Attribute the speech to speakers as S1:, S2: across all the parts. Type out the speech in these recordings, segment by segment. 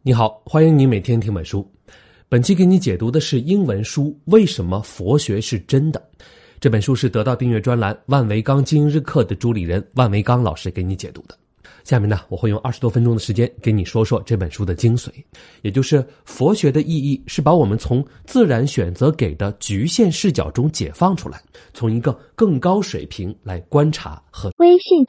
S1: 你好，欢迎你每天听本书。本期给你解读的是英文书《为什么佛学是真的》。这本书是得到订阅专栏万维钢今日课的主理人万维钢老师给你解读的。下面呢，我会用20多分钟的时间给你说说这本书的精髓，也就是佛学的意义是把我们从自然选择给的局限视角中解放出来，从一个更高水平来观察和。
S2: 微信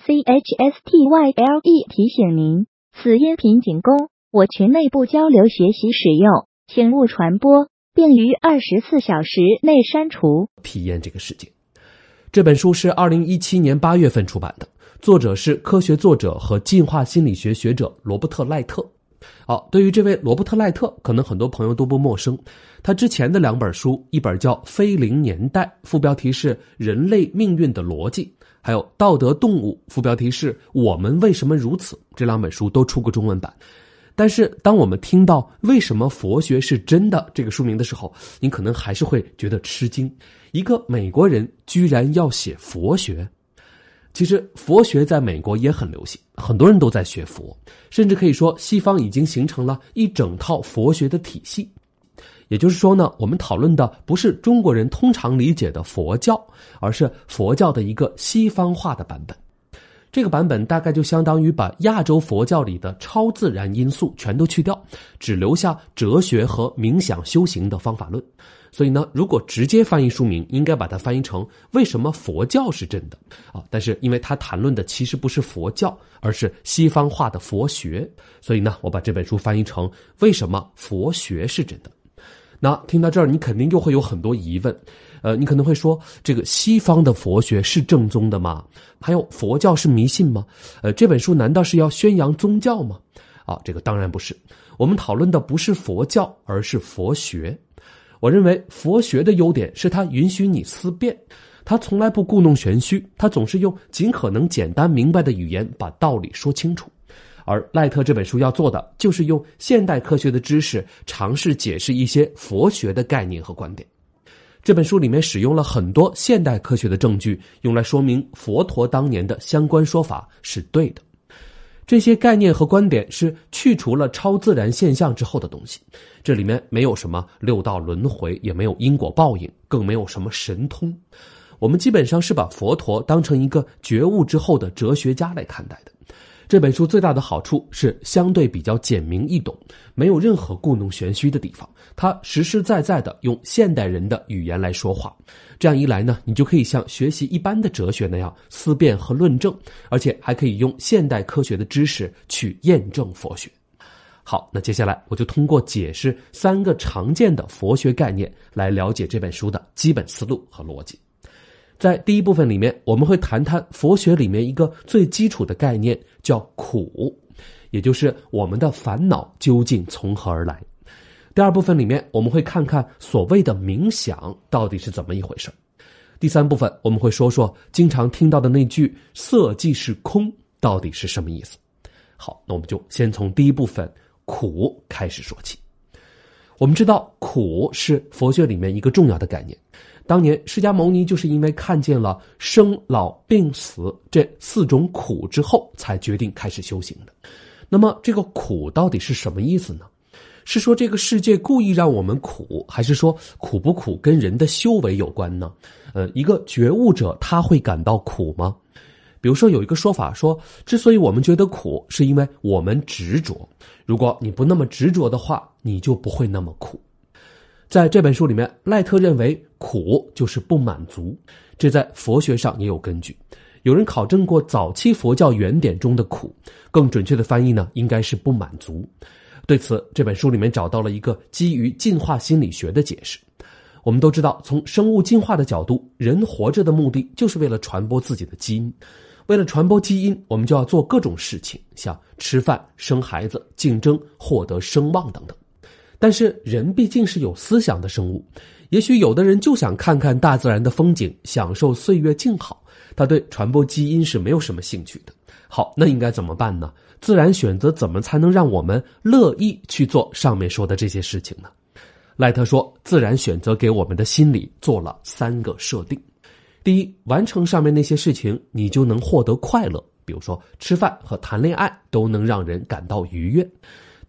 S2: OUCHSTYLE 提醒您，此音频仅供我群内部交流学习使用，请勿传播，并于24小时内删除。
S1: 体验这个世界。这本书是2017年8月份出版的，作者是科学作者和进化心理学学者罗伯特·赖特。对于这位罗伯特·赖特，可能很多朋友都不陌生。他之前的2本书，一本叫《非零年代》，副标题是《人类命运的逻辑》，还有《道德动物》，副标题是《我们为什么如此》。这2本书都出过中文版。但是当我们听到为什么佛学是真的这个书名的时候，你可能还是会觉得吃惊，一个美国人居然要写佛学。其实佛学在美国也很流行，很多人都在学佛，甚至可以说西方已经形成了一整套佛学的体系。也就是说呢，我们讨论的不是中国人通常理解的佛教，而是佛教的一个西方化的版本。这个版本大概就相当于把亚洲佛教里的超自然因素全都去掉，只留下哲学和冥想修行的方法论。所以呢，如果直接翻译书名，应该把它翻译成为什么佛教是真的但是因为它谈论的其实不是佛教，而是西方化的佛学，所以呢，我把这本书翻译成为什么佛学是真的。那听到这儿，你肯定又会有很多疑问。你可能会说，这个西方的佛学是正宗的吗？还有佛教是迷信吗？这本书难道是要宣扬宗教吗？这个当然不是。我们讨论的不是佛教，而是佛学。我认为佛学的优点是它允许你思辨，它从来不故弄玄虚，它总是用尽可能简单明白的语言把道理说清楚。而赖特这本书要做的，就是用现代科学的知识尝试解释一些佛学的概念和观点。这本书里面使用了很多现代科学的证据，用来说明佛陀当年的相关说法是对的。这些概念和观点是去除了超自然现象之后的东西，这里面没有什么六道轮回，也没有因果报应，更没有什么神通。我们基本上是把佛陀当成一个觉悟之后的哲学家来看待的。这本书最大的好处是相对比较简明易懂，没有任何故弄玄虚的地方，它实实在在的用现代人的语言来说话。这样一来呢，你就可以像学习一般的哲学那样思辨和论证，而且还可以用现代科学的知识去验证佛学。好，那接下来我就通过解释3个常见的佛学概念来了解这本书的基本思路和逻辑。在第一部分里面，我们会谈谈佛学里面一个最基础的概念，叫苦，也就是我们的烦恼究竟从何而来。第2部分里面，我们会看看所谓的冥想到底是怎么一回事。第3部分，我们会说说经常听到的那句色即是空到底是什么意思。好，那我们就先从第一部分苦开始说起。我们知道苦是佛学里面一个重要的概念，当年释迦牟尼就是因为看见了生老病死这4种苦之后，才决定开始修行的。那么这个苦到底是什么意思呢？是说这个世界故意让我们苦，还是说苦不苦跟人的修为有关呢？一个觉悟者他会感到苦吗？比如说有一个说法说，之所以我们觉得苦，是因为我们执着。如果你不那么执着的话，你就不会那么苦。在这本书里面，赖特认为苦就是不满足，这在佛学上也有根据。有人考证过早期佛教原典中的苦，更准确的翻译呢，应该是不满足。对此，这本书里面找到了一个基于进化心理学的解释。我们都知道，从生物进化的角度，人活着的目的就是为了传播自己的基因。为了传播基因，我们就要做各种事情，像吃饭、生孩子、竞争、获得声望等等。但是人毕竟是有思想的生物，也许有的人就想看看大自然的风景，享受岁月静好，他对传播基因是没有什么兴趣的。好，那应该怎么办呢？自然选择怎么才能让我们乐意去做上面说的这些事情呢？赖特说，自然选择给我们的心理做了3个设定。第一，完成上面那些事情，你就能获得快乐，比如说吃饭和谈恋爱都能让人感到愉悦。第2，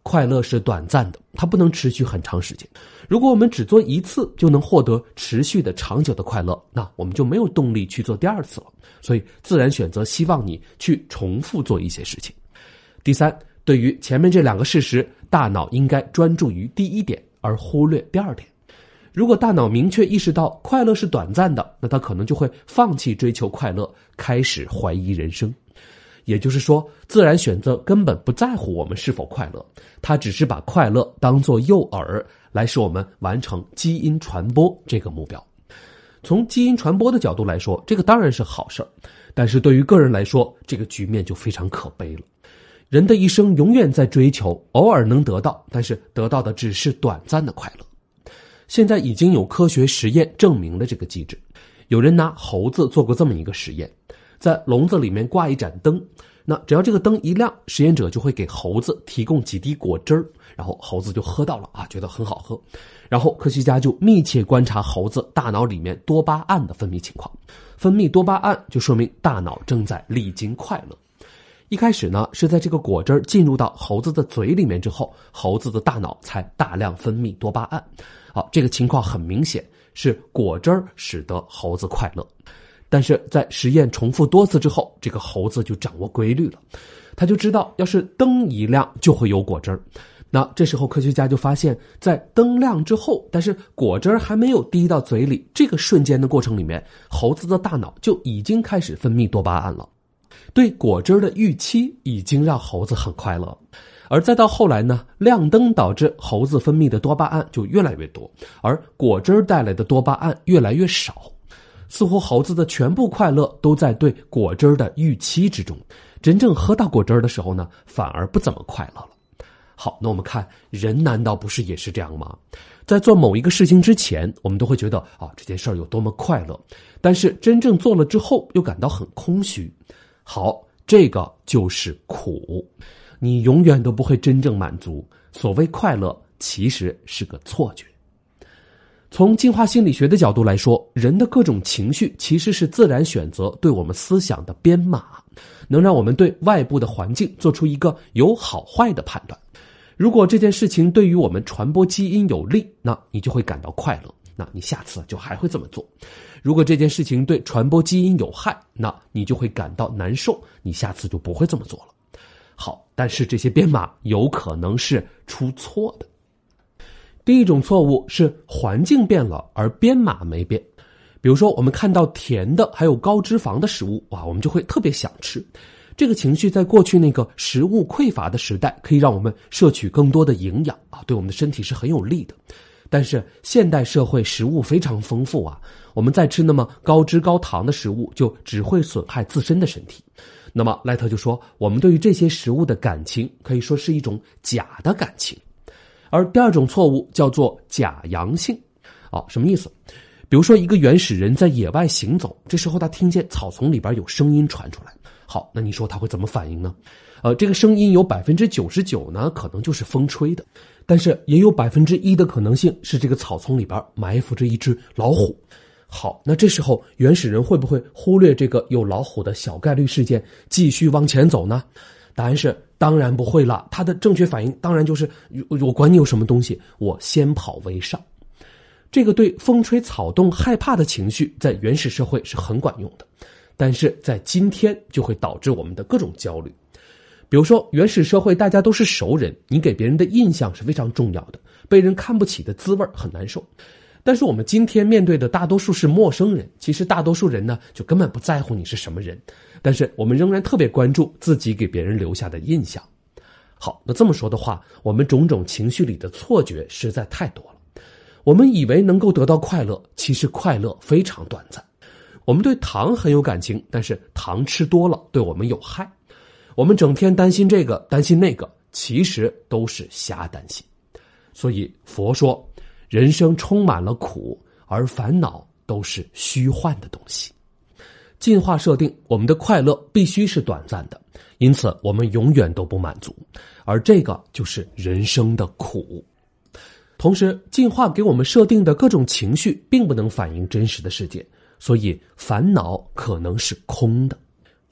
S1: 快乐是短暂的，它不能持续很长时间。如果我们只做一次就能获得持续的长久的快乐，那我们就没有动力去做第二次了。所以自然选择希望你去重复做一些事情。第三，对于前面这两个事实，大脑应该专注于第一点，而忽略第二点。如果大脑明确意识到快乐是短暂的，那他可能就会放弃追求快乐，开始怀疑人生。也就是说，自然选择根本不在乎我们是否快乐，它只是把快乐当作诱饵，来使我们完成基因传播这个目标。从基因传播的角度来说，这个当然是好事儿，但是对于个人来说，这个局面就非常可悲了。人的一生永远在追求，偶尔能得到，但是得到的只是短暂的快乐。现在已经有科学实验证明了这个机制。有人拿猴子做过这么一个实验，在笼子里面挂一盏灯，那只要这个灯一亮，实验者就会给猴子提供几滴果汁儿，然后猴子就喝到了觉得很好喝。然后科学家就密切观察猴子大脑里面多巴胺的分泌情况，分泌多巴胺就说明大脑正在历经快乐。一开始呢，是在这个果汁进入到猴子的嘴里面之后，猴子的大脑才大量分泌多巴胺。好，这个情况很明显是果汁使得猴子快乐。但是在实验重复多次之后，这个猴子就掌握规律了，他就知道要是灯一亮就会有果汁。那这时候科学家就发现，在灯亮之后，但是果汁还没有滴到嘴里，这个瞬间的过程里面，猴子的大脑就已经开始分泌多巴胺了。对果汁的预期已经让猴子很快乐。而再到后来呢，亮灯导致猴子分泌的多巴胺就越来越多，而果汁带来的多巴胺越来越少。似乎猴子的全部快乐都在对果汁的预期之中，真正喝到果汁的时候呢，反而不怎么快乐了。好，那我们看人难道不是也是这样吗？在做某一个事情之前，我们都会觉得这件事儿有多么快乐，但是真正做了之后又感到很空虚。好，这个就是苦，你永远都不会真正满足。所谓快乐其实是个错觉。从进化心理学的角度来说，人的各种情绪其实是自然选择对我们思想的编码，能让我们对外部的环境做出一个有好坏的判断。如果这件事情对于我们传播基因有利，那你就会感到快乐，那你下次就还会这么做。如果这件事情对传播基因有害，那你就会感到难受，你下次就不会这么做了。好，但是这些编码有可能是出错的。第一种错误是环境变了，而编码没变。比如说我们看到甜的还有高脂肪的食物，我们就会特别想吃。这个情绪在过去那个食物匮乏的时代，可以让我们摄取更多的营养对我们的身体是很有利的。但是现代社会食物非常丰富我们再吃那么高脂高糖的食物，就只会损害自身的身体。那么赖特就说，我们对于这些食物的感情可以说是一种假的感情。而第二种错误叫做假阳性什么意思？比如说一个原始人在野外行走，这时候他听见草丛里边有声音传出来。好，那你说他会怎么反应呢？这个声音有 99% 呢可能就是风吹的，但是也有 1% 的可能性是这个草丛里边埋伏着一只老虎。好，那这时候原始人会不会忽略这个有老虎的小概率事件，继续往前走呢？答案是当然不会了，他的正确反应当然就是我管你有什么东西，我先跑为上。这个对风吹草动害怕的情绪在原始社会是很管用的，但是在今天就会导致我们的各种焦虑。比如说原始社会大家都是熟人，你给别人的印象是非常重要的，被人看不起的滋味很难受。但是我们今天面对的大多数是陌生人，其实大多数人呢就根本不在乎你是什么人，但是我们仍然特别关注自己给别人留下的印象。好，那这么说的话，我们种种情绪里的错觉实在太多了。我们以为能够得到快乐，其实快乐非常短暂。我们对糖很有感情，但是糖吃多了对我们有害。我们整天担心这个担心那个，其实都是瞎担心。所以佛说，人生充满了苦，而烦恼都是虚幻的东西。进化设定我们的快乐必须是短暂的，因此我们永远都不满足，而这个就是人生的苦。同时进化给我们设定的各种情绪并不能反映真实的世界，所以烦恼可能是空的。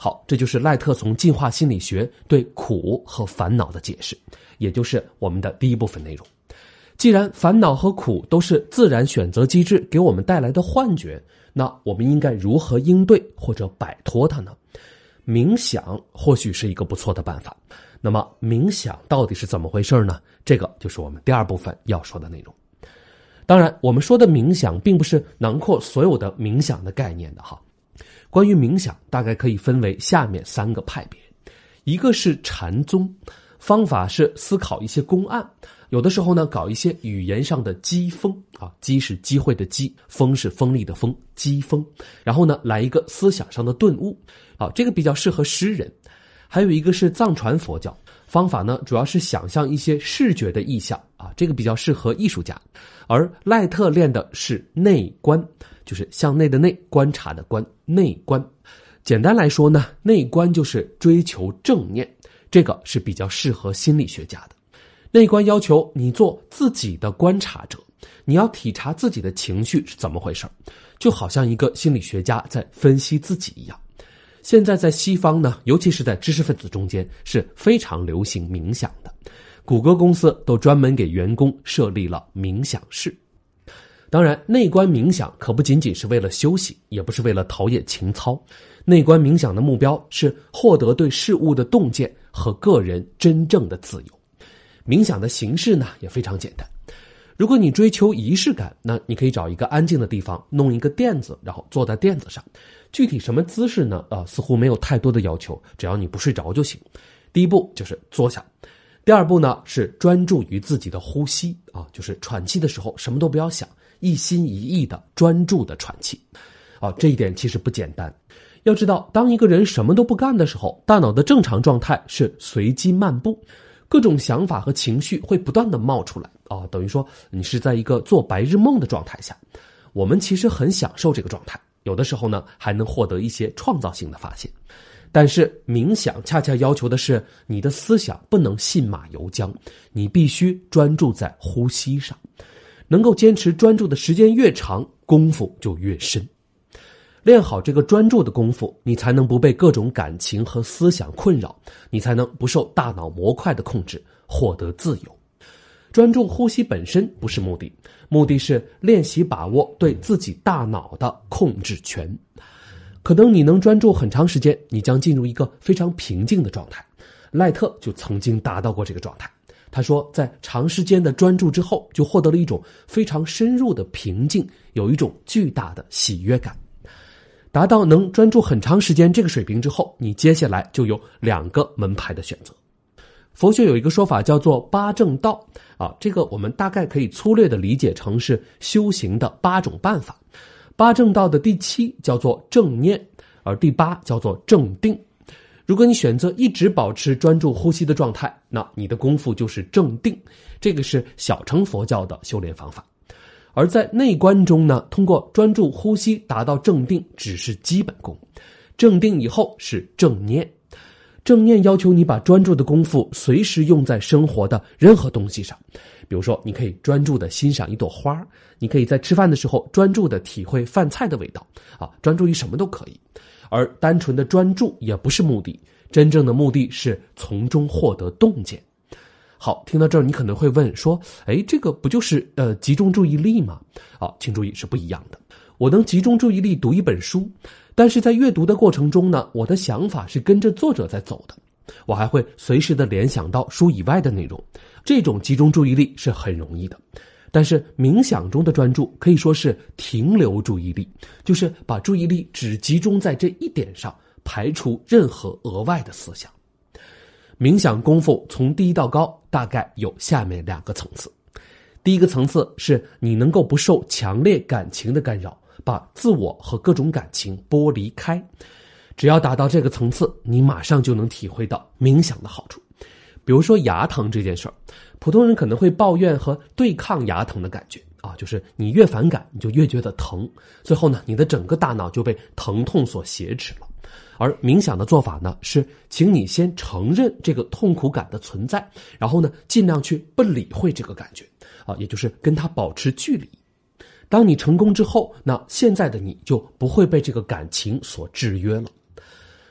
S1: 好，这就是赖特从进化心理学对苦和烦恼的解释，也就是我们的第一部分内容。既然烦恼和苦都是自然选择机制给我们带来的幻觉，那我们应该如何应对或者摆脱它呢？冥想或许是一个不错的办法。那么冥想到底是怎么回事呢？这个就是我们第二部分要说的内容。当然，我们说的冥想并不是囊括所有的冥想的概念的哈。关于冥想，大概可以分为下面3个派别。一个是禅宗，方法是思考一些公案，有的时候呢搞一些语言上的机锋啊，机是机会的机，锋是锋利的锋，机锋。然后呢来一个思想上的顿悟啊，这个比较适合诗人。还有一个是藏传佛教，方法呢主要是想象一些视觉的意象啊，这个比较适合艺术家。而赖特练的是内观，就是向内的内，观察的观，内观。简单来说呢，内观就是追求正念，这个是比较适合心理学家的。内观要求你做自己的观察者，你要体察自己的情绪是怎么回事，就好像一个心理学家在分析自己一样。现在在西方呢，尤其是在知识分子中间是非常流行冥想的，谷歌公司都专门给员工设立了冥想室。当然，内观冥想可不仅仅是为了休息，也不是为了陶冶情操。内观冥想的目标是获得对事物的洞见和个人真正的自由。冥想的形式呢也非常简单。如果你追求仪式感，那你可以找一个安静的地方，弄一个垫子，然后坐在垫子上。具体什么姿势呢？似乎没有太多的要求，只要你不睡着就行。第一步就是坐下。第二步呢是专注于自己的呼吸啊，就是喘气的时候什么都不要想，一心一意的专注的喘气。这一点其实不简单。要知道，当一个人什么都不干的时候，大脑的正常状态是随机漫步，各种想法和情绪会不断的冒出来等于说你是在一个做白日梦的状态下。我们其实很享受这个状态，有的时候呢还能获得一些创造性的发现。但是冥想恰恰要求的是你的思想不能信马由缰，你必须专注在呼吸上。能够坚持专注的时间越长，功夫就越深。练好这个专注的功夫，你才能不被各种感情和思想困扰，你才能不受大脑模块的控制，获得自由。专注呼吸本身不是目的，目的是练习把握对自己大脑的控制权。可能你能专注很长时间，你将进入一个非常平静的状态。赖特就曾经达到过这个状态。他说，在长时间的专注之后，就获得了一种非常深入的平静，有一种巨大的喜悦感。达到能专注很长时间这个水平之后，你接下来就有2个门派的选择。佛学有一个说法叫做八正道这个我们大概可以粗略的理解成是修行的8种办法。八正道的第7叫做正念，而第8叫做正定。如果你选择一直保持专注呼吸的状态，那你的功夫就是正定，这个是小乘佛教的修炼方法。而在内观中呢，通过专注呼吸达到正定只是基本功，正定以后是正念。正念要求你把专注的功夫随时用在生活的任何东西上，比如说你可以专注的欣赏一朵花，你可以在吃饭的时候专注的体会饭菜的味道专注于什么都可以。而单纯的专注也不是目的，真正的目的是从中获得洞见。好，听到这儿你可能会问说，这个不就是集中注意力吗？请注意是不一样的。我能集中注意力读一本书，但是在阅读的过程中呢，我的想法是跟着作者在走的，我还会随时的联想到书以外的内容，这种集中注意力是很容易的。但是冥想中的专注可以说是停留注意力，就是把注意力只集中在这一点上，排除任何额外的思想。冥想功夫从低到高大概有下面2个层次。第一个层次是你能够不受强烈感情的干扰，把自我和各种感情剥离开。只要达到这个层次，你马上就能体会到冥想的好处。比如说牙疼这件事儿，普通人可能会抱怨和对抗牙疼的感觉就是你越反感你就越觉得疼，最后呢你的整个大脑就被疼痛所挟持了。而冥想的做法呢是请你先承认这个痛苦感的存在，然后呢尽量去不理会这个感觉也就是跟它保持距离。当你成功之后，那现在的你就不会被这个感情所制约了。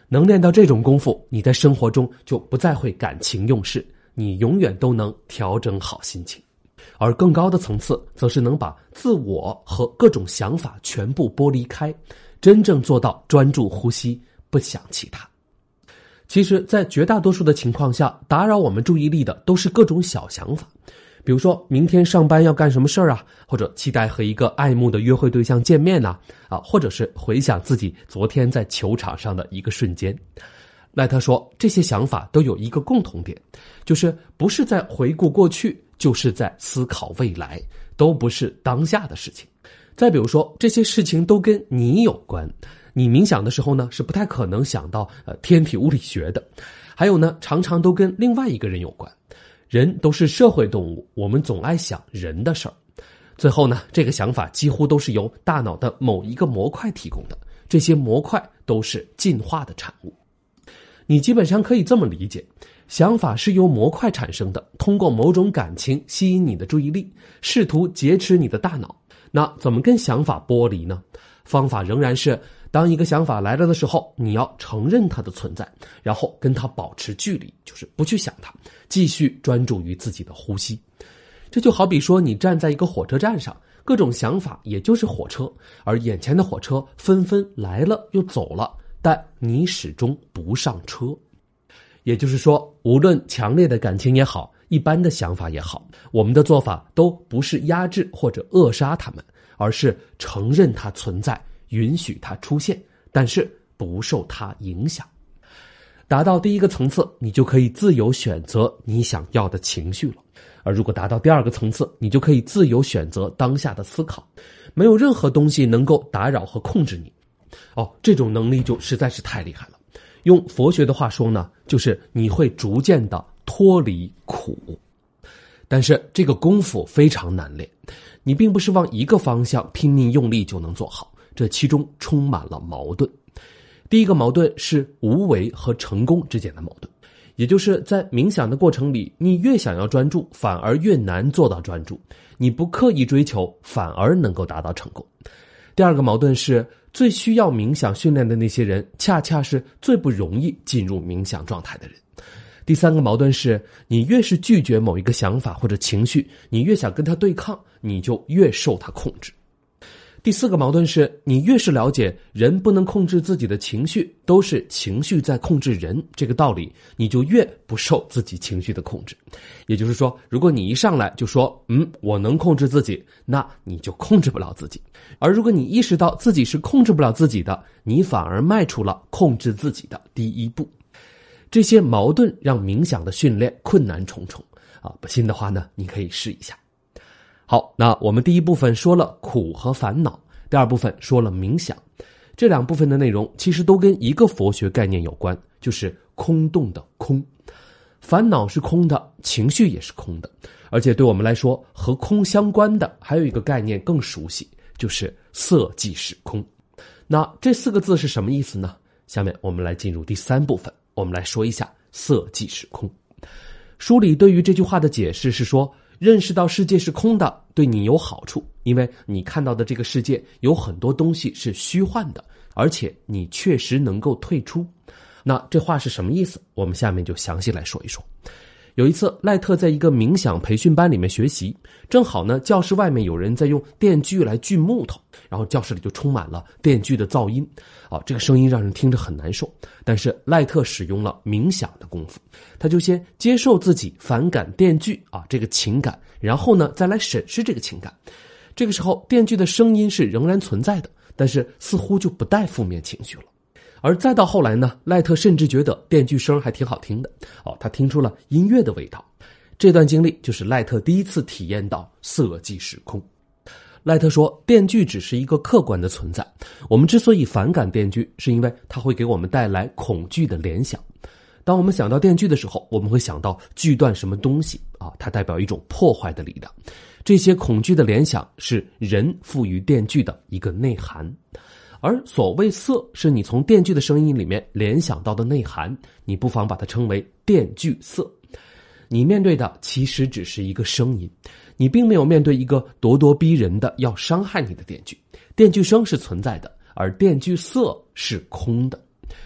S1: 能练到这种功夫，你在生活中就不再会感情用事，你永远都能调整好心情。而更高的层次，则是能把自我和各种想法全部剥离开，真正做到专注呼吸，不想其他。其实在绝大多数的情况下，打扰我们注意力的都是各种小想法，比如说明天上班要干什么事儿啊，或者期待和一个爱慕的约会对象见面啊，或者是回想自己昨天在球场上的一个瞬间。赖特说，这些想法都有一个共同点，就是不是在回顾过去，就是在思考未来，都不是当下的事情。再比如说，这些事情都跟你有关，你冥想的时候呢，是不太可能想到天体物理学的。还有呢，常常都跟另外一个人有关。人都是社会动物，我们总爱想人的事儿。最后呢，这个想法几乎都是由大脑的某一个模块提供的，这些模块都是进化的产物。你基本上可以这么理解，想法是由模块产生的，通过某种感情吸引你的注意力，试图劫持你的大脑。那怎么跟想法剥离呢？方法仍然是，当一个想法来了的时候，你要承认它的存在，然后跟它保持距离，就是不去想它，继续专注于自己的呼吸。这就好比说，你站在一个火车站上，各种想法也就是火车，而眼前的火车纷纷来了又走了，但你始终不上车。也就是说，无论强烈的感情也好，一般的想法也好，我们的做法都不是压制或者扼杀它们，而是承认它存在，允许它出现，但是不受它影响。达到第一个层次，你就可以自由选择你想要的情绪了。而如果达到第二个层次，你就可以自由选择当下的思考，没有任何东西能够打扰和控制你。这种能力就实在是太厉害了。用佛学的话说呢，就是你会逐渐的脱离苦。但是这个功夫非常难练，你并不是往一个方向拼命用力就能做好，这其中充满了矛盾。第一个矛盾是无为和成功之间的矛盾，也就是在冥想的过程里，你越想要专注，反而越难做到专注，你不刻意追求，反而能够达到成功。第二个矛盾是最需要冥想训练的那些人，恰恰是最不容易进入冥想状态的人。第三个矛盾是，你越是拒绝某一个想法或者情绪，你越想跟它对抗，你就越受它控制。第四个矛盾是，你越是了解人不能控制自己的情绪，都是情绪在控制人这个道理，你就越不受自己情绪的控制。也就是说，如果你一上来就说我能控制自己，那你就控制不了自己。而如果你意识到自己是控制不了自己的，你反而迈出了控制自己的第一步。这些矛盾让冥想的训练困难重重不信的话呢，你可以试一下。好，那我们第一部分说了苦和烦恼，第二部分说了冥想。这两部分的内容其实都跟一个佛学概念有关，就是空洞的空。烦恼是空的，情绪也是空的，而且对我们来说，和空相关的还有一个概念更熟悉，就是色即是空。那这四个字是什么意思呢？下面我们来进入第三部分，我们来说一下色即是空。书里对于这句话的解释是说，认识到世界是空的对你有好处，因为你看到的这个世界有很多东西是虚幻的，而且你确实能够退出。那这话是什么意思？我们下面就详细来说一说。有一次，赖特在一个冥想培训班里面学习，正好呢，教室外面有人在用电锯来锯木头，然后教室里就充满了电锯的噪音这个声音让人听着很难受。但是赖特使用了冥想的功夫，他就先接受自己反感电锯这个情感，然后呢再来审视这个情感。这个时候电锯的声音是仍然存在的，但是似乎就不带负面情绪了。而再到后来呢，赖特甚至觉得电锯声还挺好听的他听出了音乐的味道。这段经历就是赖特第一次体验到色即是空。赖特说，电锯只是一个客观的存在，我们之所以反感电锯，是因为它会给我们带来恐惧的联想。当我们想到电锯的时候，我们会想到锯断什么东西它代表一种破坏的力量。这些恐惧的联想是人赋予电锯的一个内涵。而所谓色，是你从电锯的声音里面联想到的内涵，你不妨把它称为电锯色。你面对的其实只是一个声音，你并没有面对一个咄咄逼人的要伤害你的电锯。电锯声是存在的，而电锯色是空的。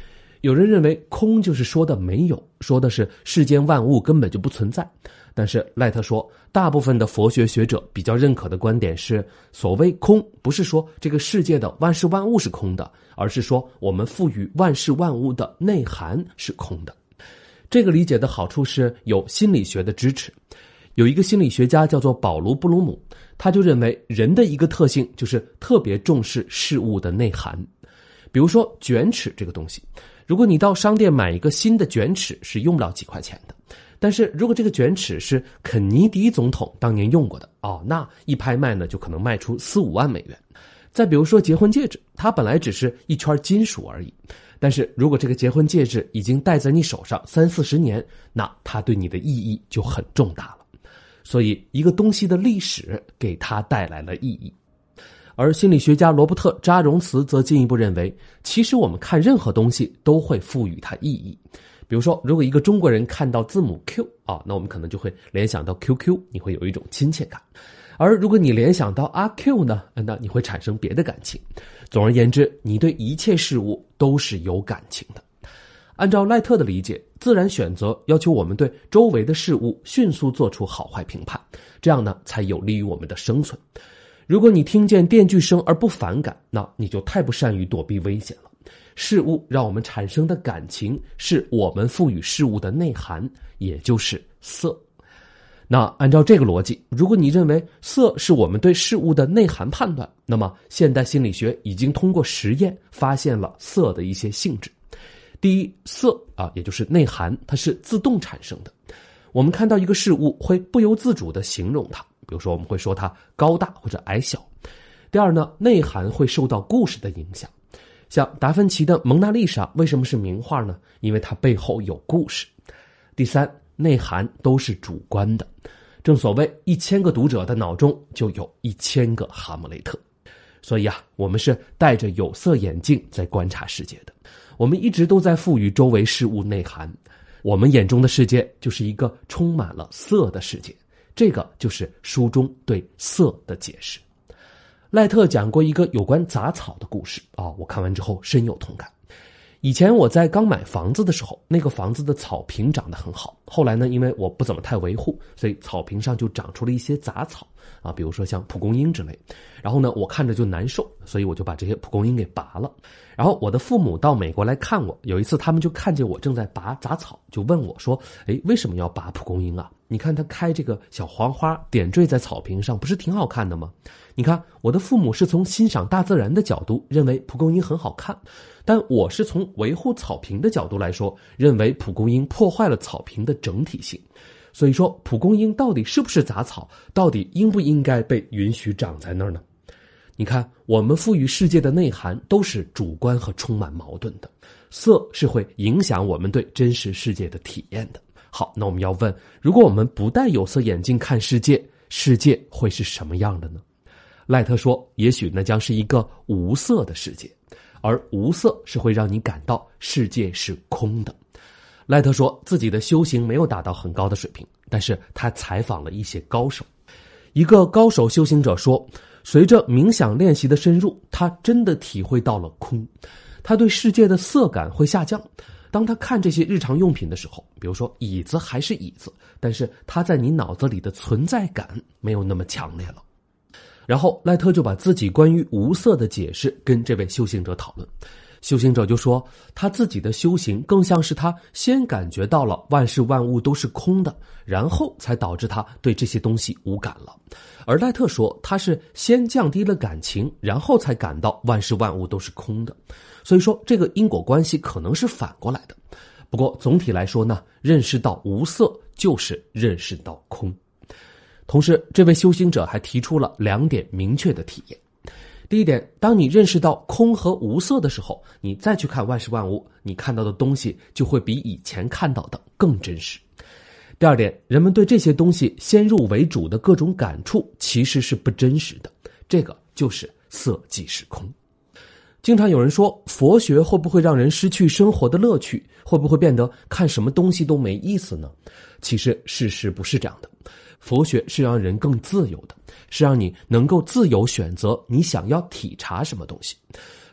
S1: 有人认为空就是说的没有，说的是世间万物根本就不存在。但是赖特说，大部分的佛学学者比较认可的观点是，所谓空不是说这个世界的万事万物是空的，而是说我们赋予万事万物的内涵是空的。这个理解的好处是有心理学的支持。有一个心理学家叫做保罗·布鲁姆，他就认为人的一个特性就是特别重视事物的内涵。比如说卷尺这个东西，如果你到商店买一个新的卷尺是用不了几块钱的，但是如果这个卷尺是肯尼迪总统当年用过的，那一拍卖呢就可能卖出4-5万美元。再比如说结婚戒指，它本来只是一圈金属而已，但是如果这个结婚戒指已经戴在你手上30-40年，那它对你的意义就很重大了。所以一个东西的历史给它带来了意义。而心理学家罗伯特·扎荣茨则进一步认为，其实我们看任何东西都会赋予它意义。比如说，如果一个中国人看到字母 Q 那我们可能就会联想到 QQ， 你会有一种亲切感。而如果你联想到阿 Q 呢，那你会产生别的感情。总而言之，你对一切事物都是有感情的。按照赖特的理解，自然选择要求我们对周围的事物迅速做出好坏评判，这样呢才有利于我们的生存。如果你听见电锯声而不反感，那你就太不善于躲避危险了。事物让我们产生的感情是我们赋予事物的内涵，也就是色。那按照这个逻辑，如果你认为色是我们对事物的内涵判断，那么现代心理学已经通过实验发现了色的一些性质。第一，色也就是内涵，它是自动产生的。我们看到一个事物会不由自主地形容它，比如说我们会说它高大或者矮小。第二呢，内涵会受到故事的影响。像达芬奇的蒙娜丽莎为什么是名画呢？因为它背后有故事。第三，内涵都是主观的。正所谓1000个读者的脑中就有1000个哈姆雷特。所以我们是戴着有色眼镜在观察世界的。我们一直都在赋予周围事物内涵。我们眼中的世界就是一个充满了色的世界。这个就是书中对色的解释。赖特讲过一个有关杂草的故事我看完之后深有同感。以前我在刚买房子的时候，那个房子的草坪长得很好，后来呢，因为我不怎么太维护，所以草坪上就长出了一些杂草比如说像蒲公英之类。然后呢，我看着就难受，所以我就把这些蒲公英给拔了。然后我的父母到美国来看我，有一次他们就看见我正在拔杂草，就问我说，为什么要拔蒲公英啊？你看它开这个小黄花点缀在草坪上，不是挺好看的吗？你看我的父母是从欣赏大自然的角度认为蒲公英很好看，但我是从维护草坪的角度来说，认为蒲公英破坏了草坪的整体性。所以说蒲公英到底是不是杂草，到底应不应该被允许长在那儿呢？你看，我们赋予世界的内涵都是主观和充满矛盾的。色是会影响我们对真实世界的体验的。好，那我们要问，如果我们不戴有色眼镜看世界，世界会是什么样的呢？赖特说，也许那将是一个无色的世界，而无色是会让你感到世界是空的。赖特说自己的修行没有达到很高的水平，但是他采访了一些高手。一个高手修行者说，随着冥想练习的深入，他真的体会到了空，他对世界的色感会下降。当他看这些日常用品的时候，比如说椅子还是椅子，但是他在你脑子里的存在感没有那么强烈了。然后赖特就把自己关于无色的解释跟这位修行者讨论。修行者就说，他自己的修行更像是他先感觉到了万事万物都是空的，然后才导致他对这些东西无感了。而赖特说，他是先降低了感情，然后才感到万事万物都是空的。所以说这个因果关系可能是反过来的。不过总体来说呢，认识到无色就是认识到空。同时这位修行者还提出了2点明确的体验。第一点，当你认识到空和无色的时候，你再去看万事万物，你看到的东西就会比以前看到的更真实。第二点，人们对这些东西先入为主的各种感触其实是不真实的，这个就是色即是空。经常有人说，佛学会不会让人失去生活的乐趣？会不会变得看什么东西都没意思呢？其实事实不是这样的。佛学是让人更自由的，是让你能够自由选择你想要体察什么东西。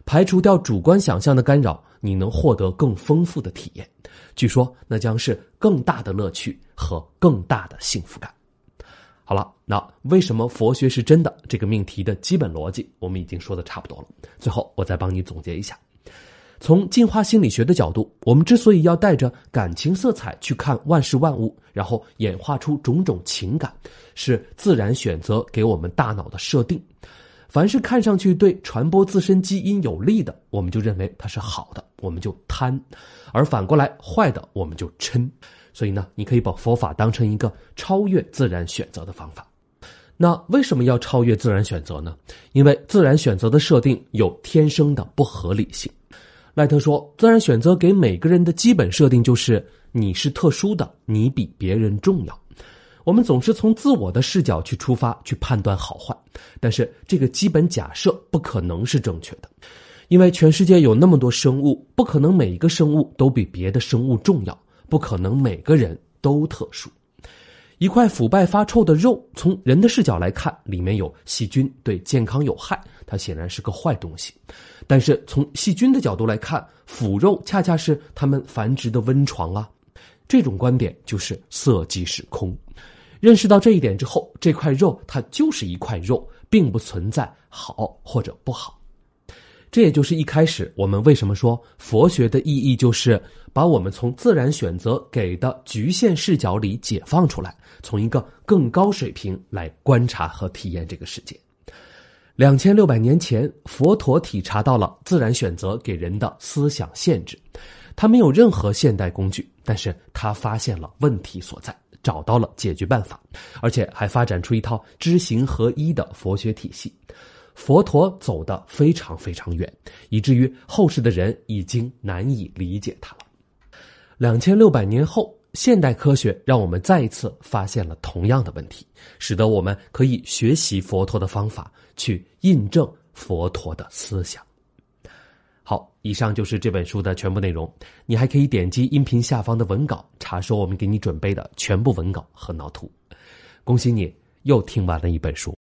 S1: 排除掉主观想象的干扰，你能获得更丰富的体验。据说那将是更大的乐趣和更大的幸福感。好了，那为什么佛学是真的这个命题的基本逻辑我们已经说的差不多了，最后我再帮你总结一下。从进化心理学的角度，我们之所以要带着感情色彩去看万事万物，然后演化出种种情感，是自然选择给我们大脑的设定。凡是看上去对传播自身基因有利的，我们就认为它是好的，我们就贪；而反过来坏的，我们就嗔。所以呢，你可以把佛法当成一个超越自然选择的方法。那为什么要超越自然选择呢？因为自然选择的设定有天生的不合理性。赖特说，自然选择给每个人的基本设定就是你是特殊的，你比别人重要。我们总是从自我的视角去出发，去判断好坏，但是这个基本假设不可能是正确的，因为全世界有那么多生物，不可能每一个生物都比别的生物重要，不可能每个人都特殊。一块腐败发臭的肉，从人的视角来看，里面有细菌，对健康有害，它显然是个坏东西。但是从细菌的角度来看，腐肉恰恰是它们繁殖的温床啊。这种观点就是色即是空。认识到这一点之后，这块肉它就是一块肉，并不存在好或者不好。这也就是一开始我们为什么说佛学的意义就是把我们从自然选择给的局限视角里解放出来，从一个更高水平来观察和体验这个世界。2600年前，佛陀体察到了自然选择给人的思想限制。他没有任何现代工具，但是他发现了问题所在，找到了解决办法，而且还发展出一套知行合一的佛学体系。佛陀走得非常非常远，以至于后世的人已经难以理解他了。2600年后，现代科学让我们再一次发现了同样的问题，使得我们可以学习佛陀的方法，去印证佛陀的思想。好，以上就是这本书的全部内容。你还可以点击音频下方的文稿，查收我们给你准备的全部文稿和脑图。恭喜你又听完了一本书。